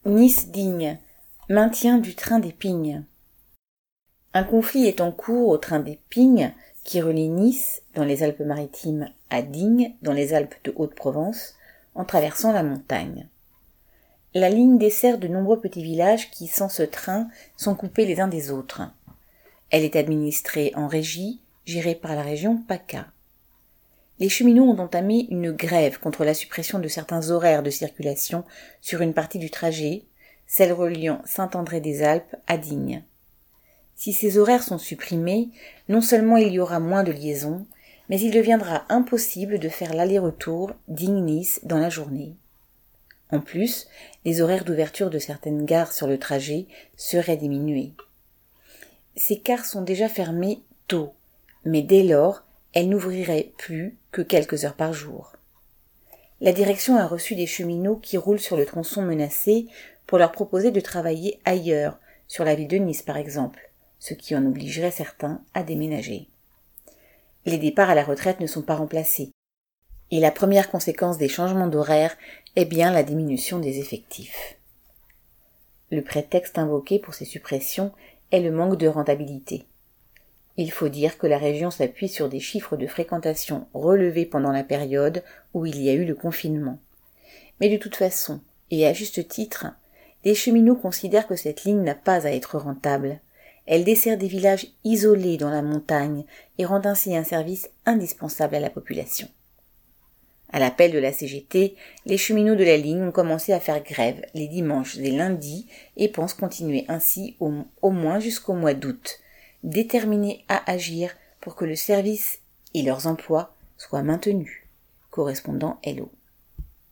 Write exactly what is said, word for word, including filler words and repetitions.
Nice-Digne, maintien du train des Pignes. Un conflit est en cours au train des Pignes qui relie Nice, dans les Alpes-Maritimes, à Digne, dans les Alpes de Haute-Provence, en traversant la montagne. La ligne dessert de nombreux petits villages qui, sans ce train, sont coupés les uns des autres. Elle est administrée en régie, gérée par la région PACA. Les cheminots ont entamé une grève contre la suppression de certains horaires de circulation sur une partie du trajet, celle reliant Saint-André-des-Alpes à Digne. Si ces horaires sont supprimés, non seulement il y aura moins de liaisons, mais il deviendra impossible de faire l'aller-retour Digne-Nice dans la journée. En plus, les horaires d'ouverture de certaines gares sur le trajet seraient diminués. Ces gares sont déjà fermées tôt, mais dès lors, elles n'ouvriraient plus que quelques heures par jour. La direction a reçu des cheminots qui roulent sur le tronçon menacé pour leur proposer de travailler ailleurs, sur la ville de Nice par exemple, ce qui en obligerait certains à déménager. Les départs à la retraite ne sont pas remplacés, et la première conséquence des changements d'horaire est bien la diminution des effectifs. Le prétexte invoqué pour ces suppressions est le manque de rentabilité. Il faut dire que la région s'appuie sur des chiffres de fréquentation relevés pendant la période où il y a eu le confinement. Mais de toute façon, et à juste titre, les cheminots considèrent que cette ligne n'a pas à être rentable. Elle dessert des villages isolés dans la montagne et rend ainsi un service indispensable à la population. À l'appel de la C G T, les cheminots de la ligne ont commencé à faire grève les dimanches et lundis et pensent continuer ainsi au, au moins jusqu'au mois d'août, déterminés à agir pour que le service et leurs emplois soient maintenus. Correspondant Hello.